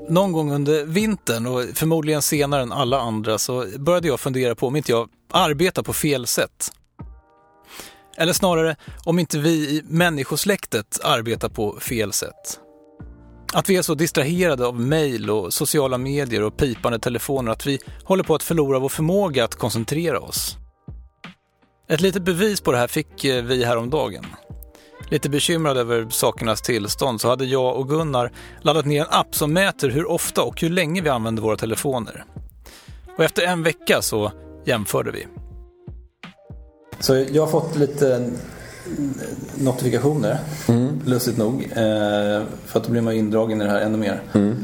Någon gång under vintern och förmodligen senare än alla andra så började jag fundera på om inte jag arbetar på fel sätt. Eller snarare om inte vi i människosläktet arbetar på fel sätt. Att vi är så distraherade av mejl och sociala medier och pipande telefoner att vi håller på att förlora vår förmåga att koncentrera oss. Ett litet bevis på det här fick vi häromdagen. Lite bekymrad över sakernas tillstånd så hade jag och Gunnar laddat ner en app som mäter hur ofta och hur länge vi använder våra telefoner. Och efter en vecka så jämförde vi. Så jag har fått lite notifikationer, lustigt nog, för att då blir man indragen i det här ännu mer.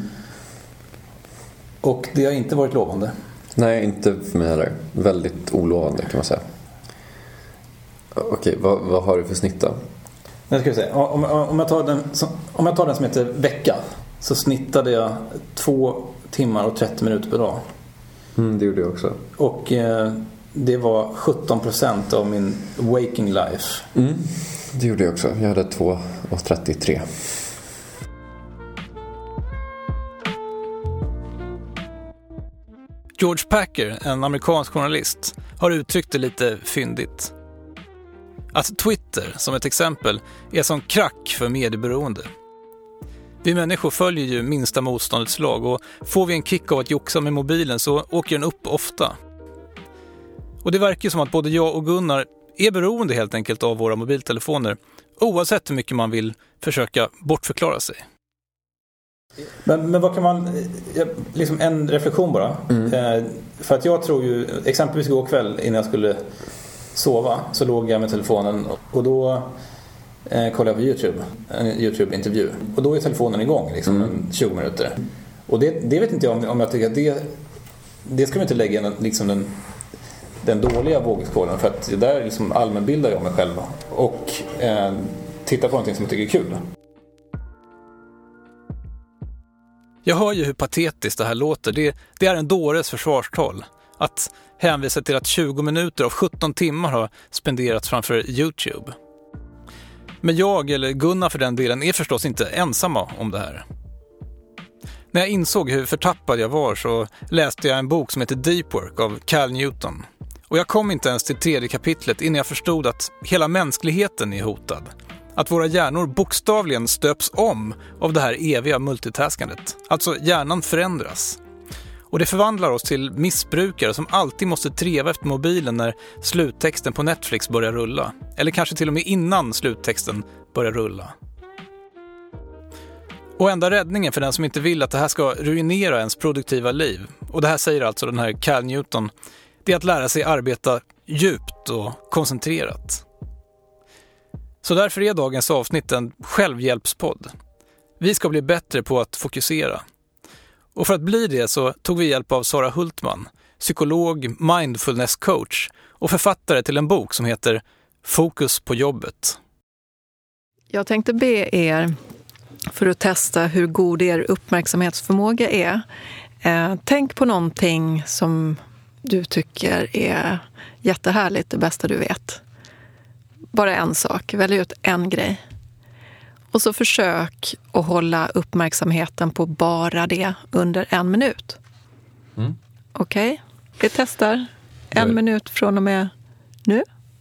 Och det har inte varit lovande. Nej, inte för mig heller. Väldigt olovande kan man säga. Okej, vad har du för snitt då? Jag ska säga, om jag tar den som heter vecka så snittade jag 2 timmar och 30 minuter per dag. Det gjorde jag också. Och det var 17% av min waking life. Det gjorde jag också. Jag hade 2:33. George Packer, en amerikansk journalist, har uttryckt det lite fyndigt. Att Twitter, som ett exempel, är som crack för medieberoende. Vi människor följer ju minsta motståndets lag och får vi en kick av att joxa med mobilen så åker den upp ofta. Och det verkar som att både jag och Gunnar är beroende helt enkelt av våra mobiltelefoner, oavsett hur mycket man vill försöka bortförklara sig. Men vad kan man, liksom en reflektion bara. För att jag tror ju, exempelvis igår kväll innan jag skulle sova så låg jag med telefonen och då kollade jag på YouTube, en YouTube-intervju. Och då är telefonen igång liksom 20 minuter. Och det vet inte jag om jag tycker att det ska vi inte lägga liksom den dåliga vågskålen, för att där liksom allmänbildar jag mig själv och tittar på någonting som jag tycker är kul. Jag hör ju hur patetiskt det här låter. Det är en dåres försvarstal. Att hänvisa till att 20 minuter av 17 timmar har spenderats framför YouTube. Men jag, eller Gunnar för den delen, är förstås inte ensamma om det här. När jag insåg hur förtappad jag var så läste jag en bok som heter Deep Work av Cal Newton. Och jag kom inte ens till 3:e kapitlet innan jag förstod att hela mänskligheten är hotad. Att våra hjärnor bokstavligen stöps om av det här eviga multitaskandet. Alltså hjärnan förändras. Och det förvandlar oss till missbrukare som alltid måste treva efter mobilen när sluttexten på Netflix börjar rulla. Eller kanske till och med innan sluttexten börjar rulla. Och enda räddningen för den som inte vill att det här ska ruinera ens produktiva liv, och det här säger alltså den här Cal Newton, det är att lära sig arbeta djupt och koncentrerat. Så därför är dagens avsnitt en självhjälpspodd. Vi ska bli bättre på att fokusera. Och för att bli det så tog vi hjälp av Sara Hultman, psykolog, mindfulness coach och författare till en bok som heter Fokus på jobbet. Jag tänkte be er, för att testa hur god er uppmärksamhetsförmåga är, tänk på någonting som du tycker är jättehärligt, det bästa du vet. Bara en sak, välj ut en grej. Och så försök att hålla uppmärksamheten på bara det under 1 minut. Okej? Vi testar 1 minut från och med nu.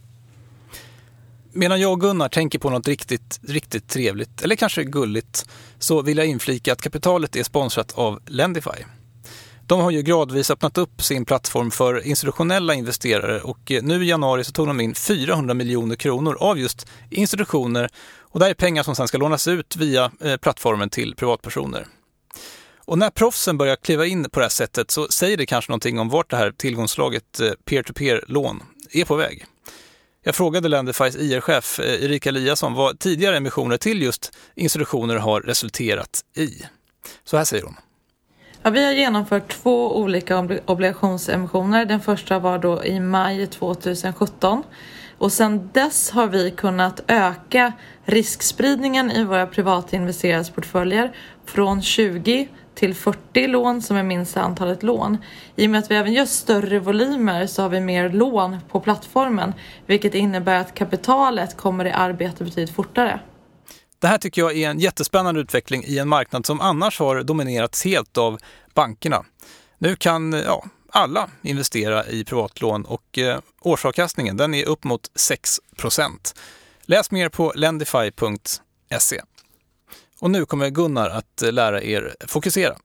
Medan jag och Gunnar tänker på något riktigt trevligt, eller kanske gulligt, så vill jag inflika att kapitalet är sponsrat av Lendify. De har ju gradvis öppnat upp sin plattform för institutionella investerare och nu i januari så tog de in 400 miljoner kronor av just institutioner, och det är pengar som sedan ska lånas ut via plattformen till privatpersoner. Och när proffsen börjar kliva in på det här sättet så säger det kanske någonting om vart det här tillgångslaget peer-to-peer-lån är på väg. Jag frågade Lendifys IR-chef Erika Eliasson vad tidigare emissioner till just institutioner har resulterat i. Så här säger hon. Ja, vi har genomfört 2 olika obligationsemissioner. Den första var då i maj 2017. Och sedan dess har vi kunnat öka riskspridningen i våra privata investerares portföljer från 20 till 40 lån som är minsta antalet lån. I och med att vi även gör större volymer så har vi mer lån på plattformen, vilket innebär att kapitalet kommer i arbete betydligt fortare. Det här tycker jag är en jättespännande utveckling i en marknad som annars har dominerats helt av bankerna. Nu kan alla investera i privatlån och årsavkastningen den är upp mot 6%. Läs mer på lendify.se. Och nu kommer Gunnar att lära er fokusera.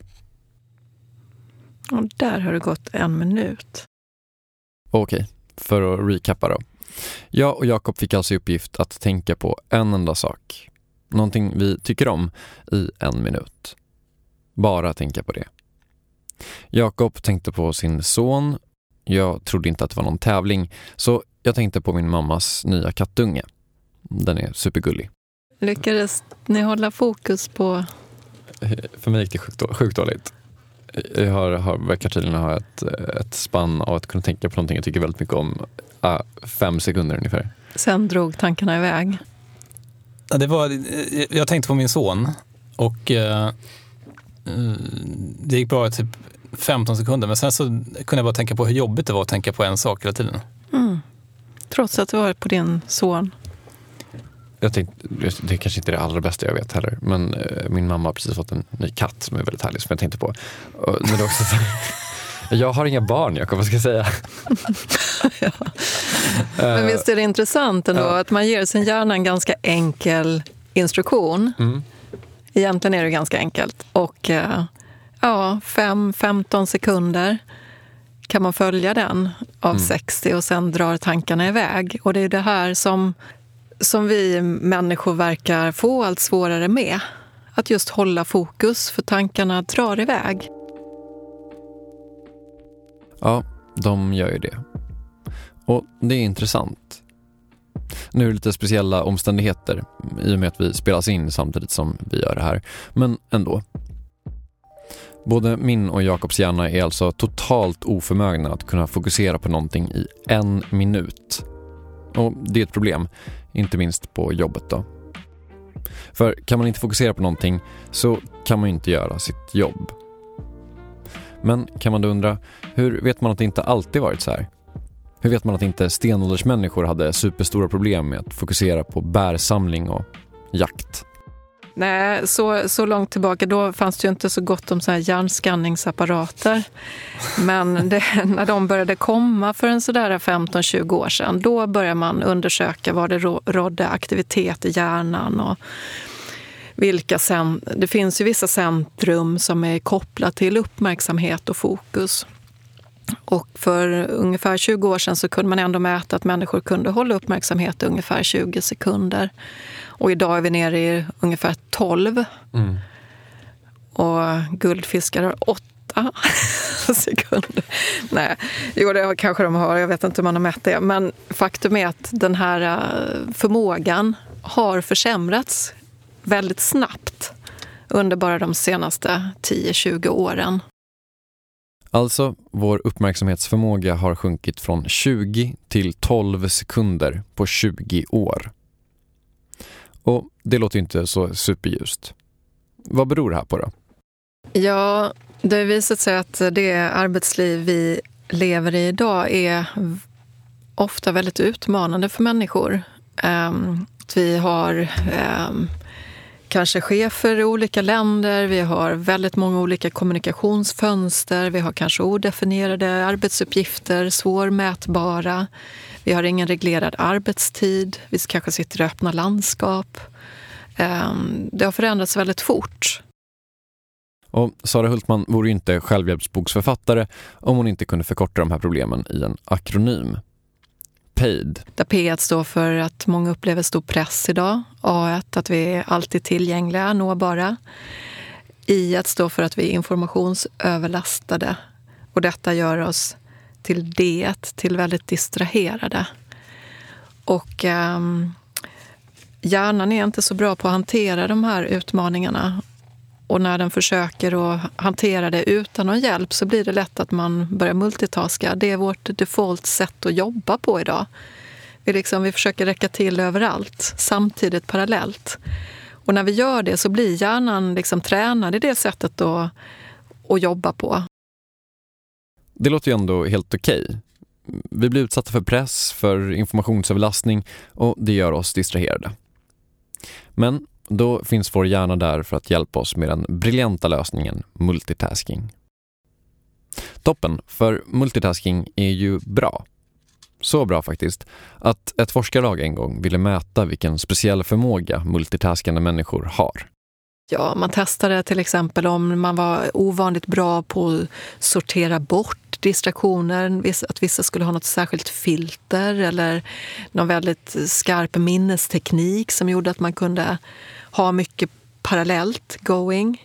Och där har det gått 1 minut. Okej, för att recappa då. Jag och Jakob fick alltså i uppgift att tänka på en enda sak. Någonting vi tycker om i 1 minut. Bara tänka på det. Jakob tänkte på sin son. Jag trodde inte att det var någon tävling, så jag tänkte på min mammas nya kattunge. Den är supergullig. Lyckades ni hålla fokus på? För mig gick det sjukt dåligt. Jag verkar tydligen ha ett spann av att kunna tänka på någonting jag tycker väldigt mycket om. 5 sekunder ungefär. Sen drog tankarna iväg. Ja, jag tänkte på min son och det gick bra i typ 15 sekunder. Men sen så kunde jag bara tänka på hur jobbigt det var att tänka på en sak hela tiden. Trots att det var på din son. Jag tänkte, det är kanske inte det allra bästa jag vet heller. Men min mamma har precis fått en ny katt som är väldigt härlig, som jag tänkte på. Men det också jag har inga barn, Jakob, vad ska jag säga? Ja. Men visst är det intressant ändå att man ger sin hjärna en ganska enkel instruktion. Egentligen är det ganska enkelt. Och 5-15 sekunder kan man följa den av 60 och sen drar tankarna iväg. Och det är det här som vi människor verkar få allt svårare med. Att just hålla fokus, för tankarna drar iväg. Ja, de gör ju det. Och det är intressant. Nu är det lite speciella omständigheter i och med att vi spelas in samtidigt som vi gör det här. Men ändå. Både min och Jakobs hjärna är alltså totalt oförmögna att kunna fokusera på någonting i 1 minut. Och det är ett problem, inte minst på jobbet då. För kan man inte fokusera på någonting så kan man ju inte göra sitt jobb. Men kan man då undra, hur vet man att det inte alltid varit så här? Hur vet man att inte stenåldersmänniskor hade superstora problem med att fokusera på bärsamling och jakt? Nej, så långt tillbaka då fanns det ju inte så gott om så här hjärnskanningsapparater. Men när de började komma för en sådär 15-20 år sedan, då började man undersöka var det rådde aktivitet i hjärnan och det finns ju vissa centrum som är kopplat till uppmärksamhet och fokus. Och för ungefär 20 år sedan så kunde man ändå mäta att människor kunde hålla uppmärksamhet i ungefär 20 sekunder. Och idag är vi nere i ungefär 12. Och guldfiskar har 8 sekunder. Nej, det kanske de har. Jag vet inte hur man har mätt det. Men faktum är att den här förmågan har försämrats väldigt snabbt under bara de senaste 10-20 åren. Alltså, vår uppmärksamhetsförmåga har sjunkit från 20 till 12 sekunder på 20 år. Och det låter inte så superljust. Vad beror det här på då? Ja, det har visat sig att det arbetsliv vi lever i idag är ofta väldigt utmanande för människor. Vi har kanske chefer i olika länder, vi har väldigt många olika kommunikationsfönster, vi har kanske odefinierade arbetsuppgifter, svårmätbara, vi har ingen reglerad arbetstid, vi kanske sitter i öppna landskap. Det har förändrats väldigt fort. Och Sara Hultman vore ju inte självhjälpsboksförfattare om hon inte kunde förkorta de här problemen i en akronym. PAID. Där P1 står för att många upplever stor press idag. A1 att vi är alltid tillgängliga, nåbara. I1 står för att vi är informationsöverlastade. Och detta gör oss till D1, till väldigt distraherade. Och hjärnan är inte så bra på att hantera de här utmaningarna. Och när den försöker att hantera det utan någon hjälp så blir det lätt att man börjar multitaska. Det är vårt default sätt att jobba på idag. Vi försöker räcka till överallt, samtidigt parallellt. Och när vi gör det så blir hjärnan tränad i det sättet att jobba på. Det låter ju ändå helt okej. Vi blir utsatta för press, för informationsöverlastning och det gör oss distraherade. Men då finns vår hjärna där för att hjälpa oss med den briljanta lösningen multitasking. Toppen, för multitasking är ju bra. Så bra faktiskt, att ett forskarlag en gång ville mäta vilken speciell förmåga multitaskande människor har. Ja, man testade till exempel om man var ovanligt bra på att sortera bort distraktioner, att vissa skulle ha något särskilt filter eller någon väldigt skarp minnesteknik som gjorde att man kunde ha mycket parallellt going.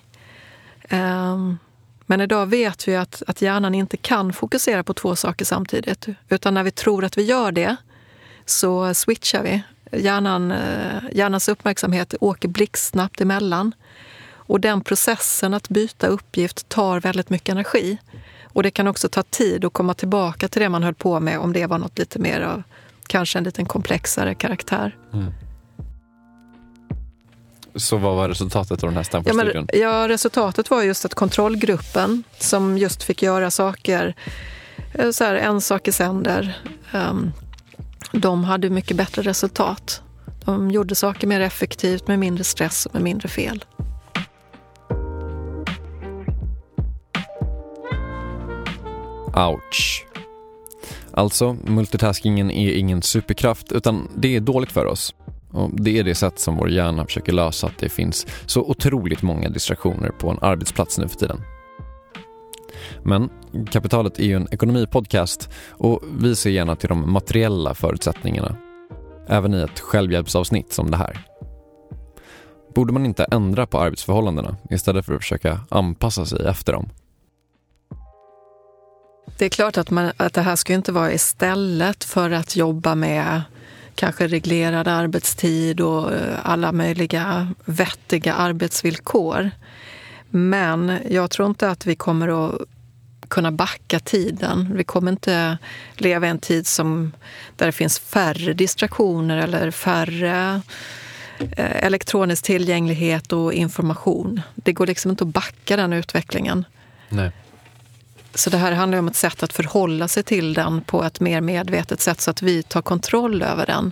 Men idag vet vi att hjärnan inte kan fokusera på två saker samtidigt, utan när vi tror att vi gör det så switchar vi. Hjärnans uppmärksamhet åker blixtsnabbt emellan. Och den processen att byta uppgift tar väldigt mycket energi. Och det kan också ta tid att komma tillbaka till det man höll på med om det var något lite mer av kanske en liten komplexare karaktär. Mm. Så vad var resultatet av den här Stanford-studien? Ja, resultatet var just att kontrollgruppen som just fick göra saker, så här, en sak i sänder, de hade mycket bättre resultat. De gjorde saker mer effektivt, med mindre stress och med mindre fel. Ouch. Alltså, multitaskingen är ingen superkraft utan det är dåligt för oss. Och det är det sätt som vår hjärna försöker lösa att det finns så otroligt många distraktioner på en arbetsplats nu för tiden. Men Kapitalet är ju en ekonomipodcast och vi ser gärna till de materiella förutsättningarna. Även i ett självhjälpsavsnitt som det här. Borde man inte ändra på arbetsförhållandena istället för att försöka anpassa sig efter dem? Det är klart att det här ska inte vara istället för att jobba med kanske reglerad arbetstid och alla möjliga vettiga arbetsvillkor. Men jag tror inte att vi kommer att kunna backa tiden. Vi kommer inte leva i en tid där det finns färre distraktioner eller färre elektronisk tillgänglighet och information. Det går liksom inte att backa den utvecklingen. Nej. Så det här handlar om ett sätt att förhålla sig till den på ett mer medvetet sätt så att vi tar kontroll över den.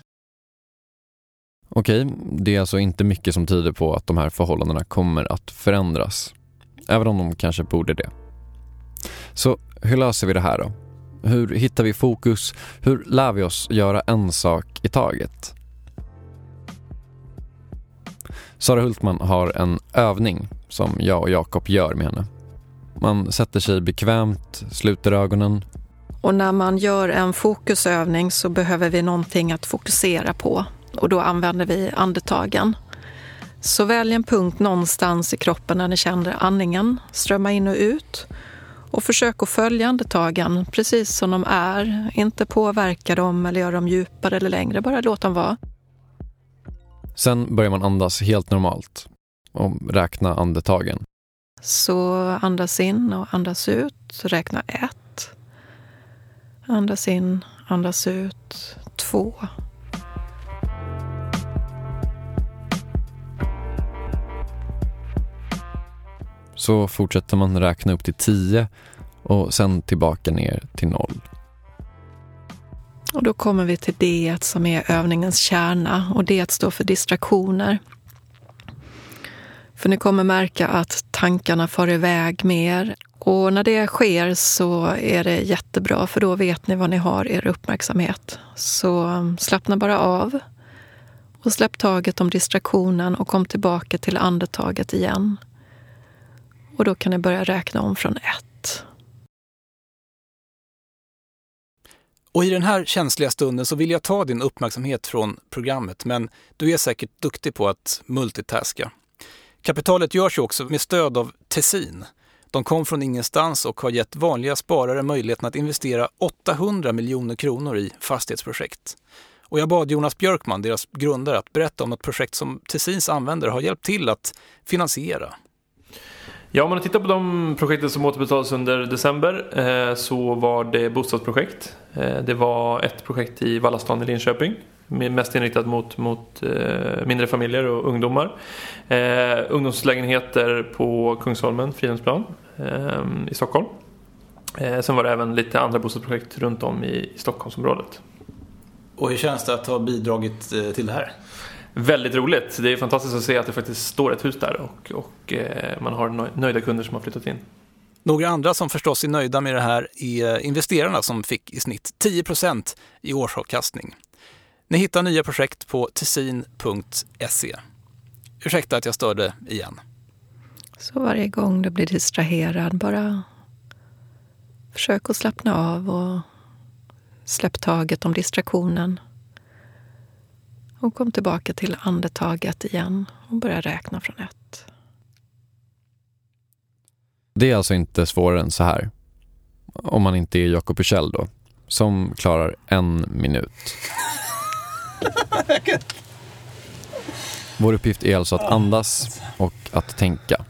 Okej, det är alltså inte mycket som tyder på att de här förhållandena kommer att förändras. Även om de kanske borde det. Så hur löser vi det här då? Hur hittar vi fokus? Hur lär vi oss göra en sak i taget? Sara Hultman har en övning som jag och Jakob gör med henne. Man sätter sig bekvämt, sluter ögonen. Och när man gör en fokusövning så behöver vi någonting att fokusera på. Och då använder vi andetagen. Så välj en punkt någonstans i kroppen när ni känner andningen strömma in och ut. Och försök att följa andetagen precis som de är. Inte påverka dem eller göra dem djupare eller längre. Bara låt dem vara. Sen börjar man andas helt normalt. Och räkna andetagen. Så andas in och andas ut. Räkna 1. Andas in, andas ut. 2. Så fortsätter man räkna upp till 10 och sen tillbaka ner till 0. Och då kommer vi till D som är övningens kärna, och D står för distraktioner. För ni kommer märka att tankarna far iväg mer, och när det sker så är det jättebra, för då vet ni vad ni har er uppmärksamhet. Så slappna bara av och släpp taget om distraktionen och kom tillbaka till andetaget igen. Och då kan ni börja räkna om från 1. Och i den här känsliga stunden så vill jag ta din uppmärksamhet från programmet, men du är säkert duktig på att multitaska. Kapitalet görs ju också med stöd av Tessin. De kom från ingenstans och har gett vanliga sparare möjligheten att investera 800 miljoner kronor i fastighetsprojekt. Och jag bad Jonas Björkman, deras grundare, att berätta om ett projekt som Tessins användare har hjälpt till att finansiera. Ja, om man tittar på de projekten som återbetalas under december så var det bostadsprojekt. Det var ett projekt i Vallastan i Linköping, mest inriktat mot mindre familjer och ungdomar. Ungdomslägenheter på Kungsholmen, Fridhemsplan i Stockholm. Sen var det även lite andra bostadsprojekt runt om i Stockholmsområdet. Och hur känns det att ha bidragit till det här? väldigt roligt. Det är fantastiskt att se att det faktiskt står ett hus där och man har nöjda kunder som har flyttat in. Några andra som förstås är nöjda med det här är investerarna som fick i snitt 10% i årsavkastning. Ni hittar nya projekt på tessin.se. Ursäkta att jag störde igen. Så varje gång du blir distraherad, bara försök att slappna av och släpp taget om distraktionen. Och kom tillbaka till andetaget igen och börja räkna från 1. Det är alltså inte svårare än så här. Om man inte är Jakob Bursell då, som klarar 1 minut. Vår uppgift är alltså att andas och att tänka.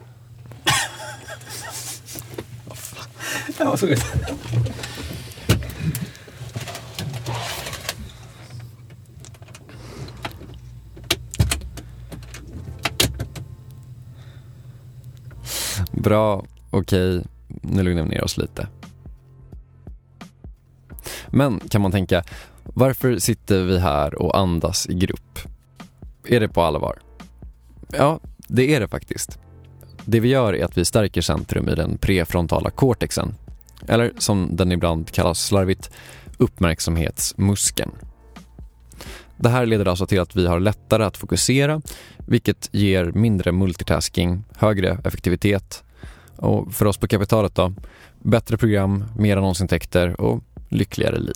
Bra, okej, nu lugnar vi ner oss lite. Men kan man tänka, varför sitter vi här och andas i grupp? Är det på allvar? Ja, det är det faktiskt. Det vi gör är att vi stärker centrum i den prefrontala cortexen. Eller som den ibland kallas slarvigt, uppmärksamhetsmuskeln. Det här leder alltså till att vi har lättare att fokusera, vilket ger mindre multitasking, högre effektivitet och för oss på kapitalet då, bättre program, mer annonsintäkter och lyckligare liv.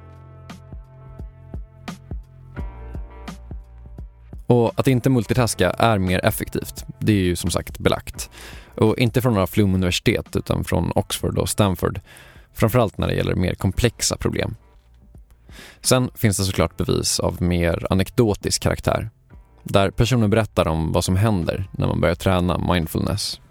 Och att inte multitaska är mer effektivt, det är ju som sagt belagt. Och inte från några flumuniversitet utan från Oxford och Stanford, framförallt när det gäller mer komplexa problem. Sen finns det såklart bevis av mer anekdotisk karaktär, där personer berättar om vad som händer när man börjar träna mindfulness.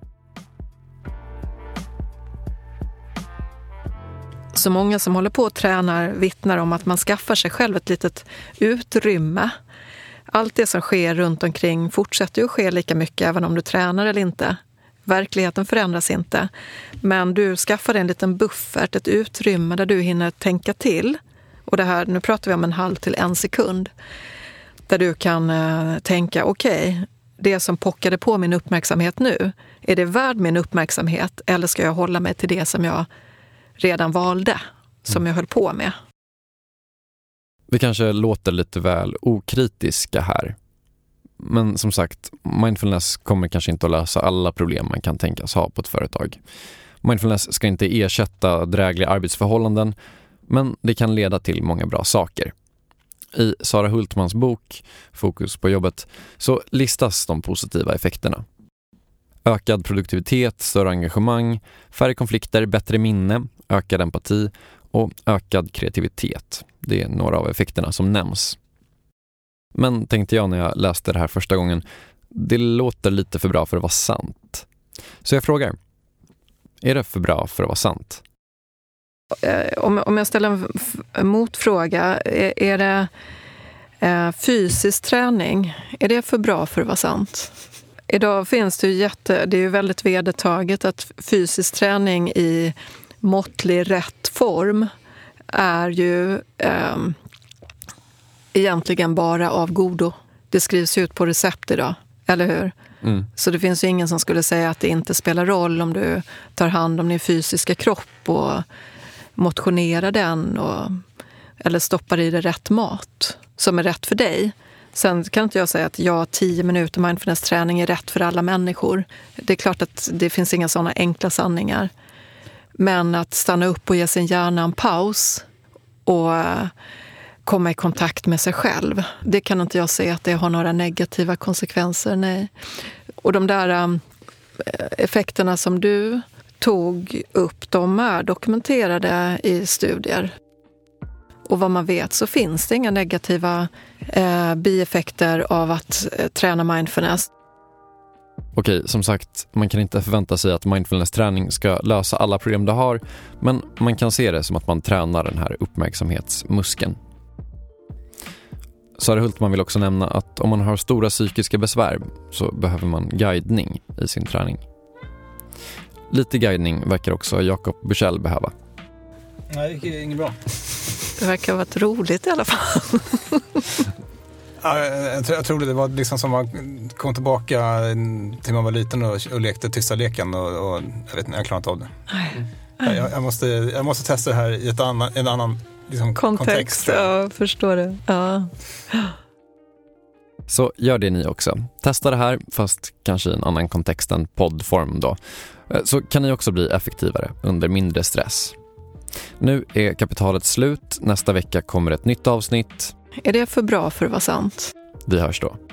Så många som håller på och tränar vittnar om att man skaffar sig själv ett litet utrymme. Allt det som sker runt omkring fortsätter ju att ske lika mycket även om du tränar eller inte. Verkligheten förändras inte. Men du skaffar en liten buffert, ett utrymme där du hinner tänka till. Och det här, nu pratar vi om 0,5 till 1 sekund. Där du kan tänka, okej, det som pockade på min uppmärksamhet nu, är det värd min uppmärksamhet eller ska jag hålla mig till det som jag redan valde, som jag höll på med? Vi kanske låter lite väl okritiska här. Men som sagt, mindfulness kommer kanske inte att lösa alla problem man kan tänkas ha på ett företag. Mindfulness ska inte ersätta drägliga arbetsförhållanden, men det kan leda till många bra saker. I Sara Hultmans bok Fokus på jobbet så listas de positiva effekterna. Ökad produktivitet, större engagemang, färre konflikter, bättre minne, ökad empati och ökad kreativitet. Det är några av effekterna som nämns. Men tänkte jag när jag läste det här första gången, det låter lite för bra för att vara sant. Så jag frågar, är det för bra för att vara sant? Om jag ställer en motfråga, är det fysisk träning, är det för bra för att vara sant? Idag finns det ju det är ju väldigt vedertaget att fysisk träning i måttlig rätt form är ju egentligen bara av godo. Det skrivs ut på recept idag, eller hur? Mm. Så det finns ju ingen som skulle säga att det inte spelar roll om du tar hand om din fysiska kropp och motionerar den eller stoppar i dig rätt mat som är rätt för dig. Sen kan inte jag säga att 10 minuter mindfulness-träning är rätt för alla människor. Det är klart att det finns inga sådana enkla sanningar. Men att stanna upp och ge sin hjärna en paus och komma i kontakt med sig själv, det kan inte jag säga att det har några negativa konsekvenser, nej. Och de där effekterna som du tog upp, de är dokumenterade i studier. Och vad man vet så finns det inga negativa bieffekter av att träna mindfulness. Okej, som sagt, man kan inte förvänta sig att mindfulness-träning ska lösa alla problem du har, men man kan se det som att man tränar den här uppmärksamhetsmuskeln. Sara Hultman vill också nämna att om man har stora psykiska besvär så behöver man guidning i sin träning. Lite guidning verkar också Jakob Bursell behöva. Nej, det är inget bra. Det verkar ha varit roligt i alla fall. Jag tror det var liksom som man kom tillbaka till man var liten och lekte tysta leken och jag vet inte, jag klarar inte av det. Jag måste testa det här i en annan liksom, kontext. Ja, förstår det. Ja. Så gör det ni också. Testa det här, fast kanske i en annan kontext än poddform då. Så kan ni också bli effektivare under mindre stress. Nu är kapitalet slut. Nästa vecka kommer ett nytt avsnitt. Är det för bra för att vara sant? Vi hörs då.